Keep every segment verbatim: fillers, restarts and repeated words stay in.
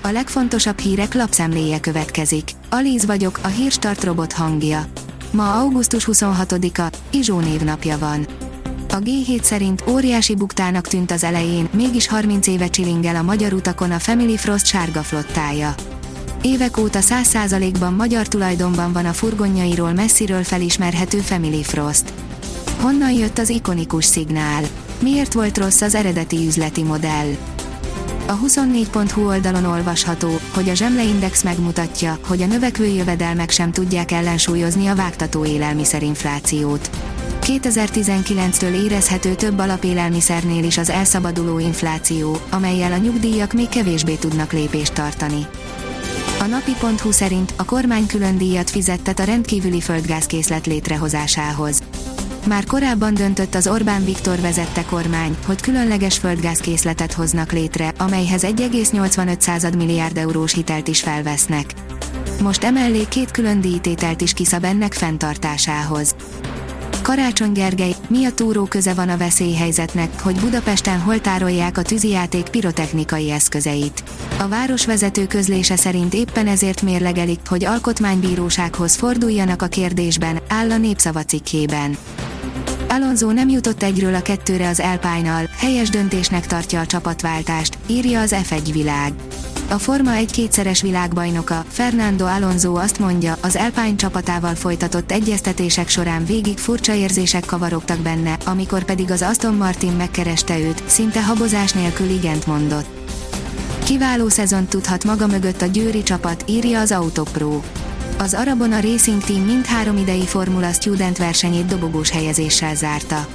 A legfontosabb hírek lapszemléje következik. Alíz vagyok, a Hírstart robot hangja. Ma augusztus huszonhatodika, Izsó névnapja van. A gé hét szerint óriási buktának tűnt az elején, mégis harminc éve csilingel a magyar utakon a Family Frost sárga flottája. Évek óta száz százalékban magyar tulajdonban van a furgonjairól messziről felismerhető Family Frost. Honnan jött az ikonikus szignál? Miért volt rossz az eredeti üzleti modell? A huszonnégy pont hu oldalon olvasható, hogy a zsemleindex megmutatja, hogy a növekvő jövedelmek sem tudják ellensúlyozni a vágtató élelmiszerinflációt. kétezer-tizenkilenctől érezhető több alapélelmiszernél is az elszabaduló infláció, amellyel a nyugdíjak még kevésbé tudnak lépést tartani. A napi pont hu szerint a kormány külön díjat fizettet a rendkívüli földgázkészlet létrehozásához. Már korábban döntött az Orbán Viktor vezette kormány, hogy különleges földgázkészletet hoznak létre, amelyhez egy egész nyolcvanöt milliárd eurós hitelt is felvesznek. Most emellé két külön díjtételt is kiszab ennek fenntartásához. Karácsony Gergely, mi a túró köze van a veszélyhelyzetnek, hogy Budapesten hol tárolják a tűzijáték pirotechnikai eszközeit. A városvezető közlése szerint éppen ezért mérlegelik, hogy alkotmánybírósághoz forduljanak a kérdésben, áll a Népszava cikkében. Alonso nem jutott egyről a kettőre az Alpine-nal, helyes döntésnek tartja a csapatváltást, írja az ef egy világ. A Forma egy kétszeres világbajnoka, Fernando Alonso azt mondja, az Alpine csapatával folytatott egyeztetések során végig furcsa érzések kavarogtak benne, amikor pedig az Aston Martin megkereste őt, szinte habozás nélkül igent mondott. Kiváló szezont tudhat maga mögött a győri csapat, írja az Autopro. Az Arabona Racing Team mindhárom idei Formula Student versenyét dobogós helyezéssel zárta.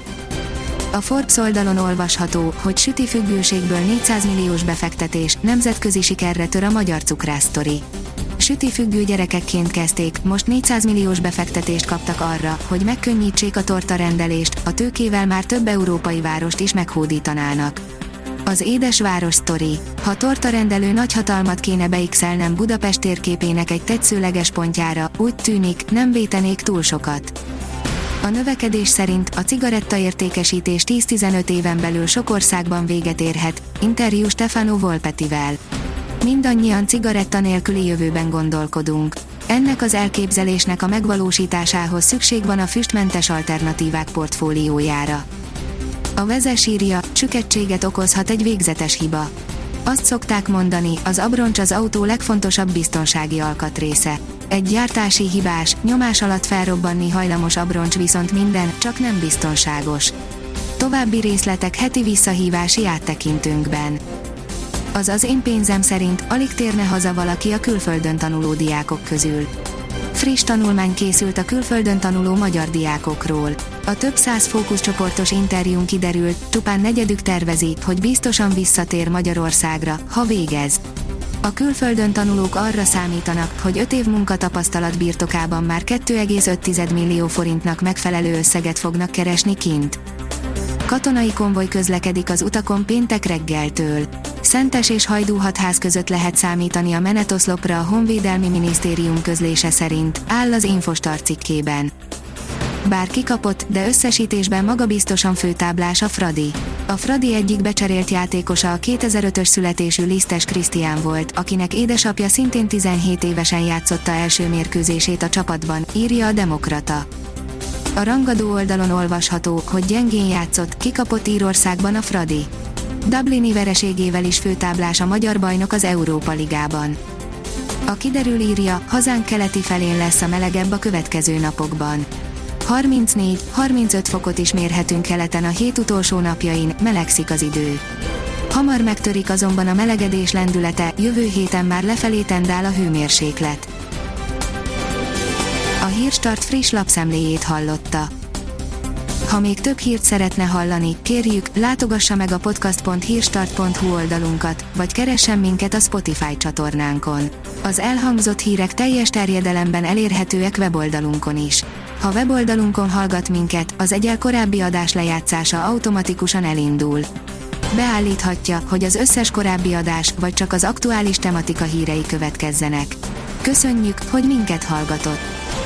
A Forbes oldalon olvasható, hogy sütifüggőségből négyszáz milliós befektetés, nemzetközi sikerre tör a magyar cukrászsztori. Sütifüggő gyerekekként kezdték, most négyszáz milliós befektetést kaptak arra, hogy megkönnyítsék a tortarendelést, a tőkével már több európai várost is meghódítanának. Az édes város sztori. Ha tortarendelő nagyhatalmat kéne beixelnem Budapest térképének egy tetszőleges pontjára, úgy tűnik, nem vétenék túl sokat. A növekedés szerint a cigarettaértékesítés tíz-tizenöt éven belül sok országban véget érhet, interjú Stefano Volpetivel. Mindannyian cigaretta nélküli jövőben gondolkodunk. Ennek az elképzelésnek a megvalósításához szükség van a füstmentes alternatívák portfóliójára. A Vezes írja, csükettséget okozhat egy végzetes hiba. Azt szokták mondani, az abroncs az autó legfontosabb biztonsági alkatrésze. Egy gyártási hibás, nyomás alatt felrobbanni hajlamos abroncs viszont minden, csak nem biztonságos. További részletek heti visszahívási áttekintőnkben. Az az én pénzem szerint alig térne haza valaki a külföldön tanuló diákok közül. Friss tanulmány készült a külföldön tanuló magyar diákokról. A több száz fókuszcsoportos interjún kiderült, csupán negyedük tervezi, hogy biztosan visszatér Magyarországra, ha végez. A külföldön tanulók arra számítanak, hogy öt év munkatapasztalat birtokában már két egész öt millió forintnak megfelelő összeget fognak keresni kint. Katonai konvoj közlekedik az utakon péntek reggeltől. Szentes és Hajdúhatház között lehet számítani a menetoszlopra a Honvédelmi Minisztérium közlése szerint, áll az Infostart cikkében. Bár kikapott, de összesítésben magabiztosan főtáblás a Fradi. A Fradi egyik becserélt játékosa a kétezer-ötös születésű Lisztes Krisztián volt, akinek édesapja szintén tizenhét évesen játszotta első mérkőzését a csapatban, írja a Demokrata. A rangadó oldalon olvasható, hogy gyengén játszott, kikapott Írországban a Fradi. Dublini vereségével is főtáblás a magyar bajnok az Európa Ligában. A kiderül írja, hazánk keleti felén lesz a melegebb a következő napokban. harmincnégy-harmincöt fokot is mérhetünk keleten a hét utolsó napjain, melegszik az idő. Hamar megtörik azonban a melegedés lendülete, jövő héten már lefelé tendál a hőmérséklet. A Hírstart friss lapszemléjét hallotta. Ha még több hírt szeretne hallani, kérjük, látogassa meg a podcast pont hírstart pont hu oldalunkat, vagy keressen minket a Spotify csatornánkon. Az elhangzott hírek teljes terjedelemben elérhetőek weboldalunkon is. Ha weboldalunkon hallgat minket, az egyel korábbi adás lejátszása automatikusan elindul. Beállíthatja, hogy az összes korábbi adás, vagy csak az aktuális tematika hírei következzenek. Köszönjük, hogy minket hallgatott!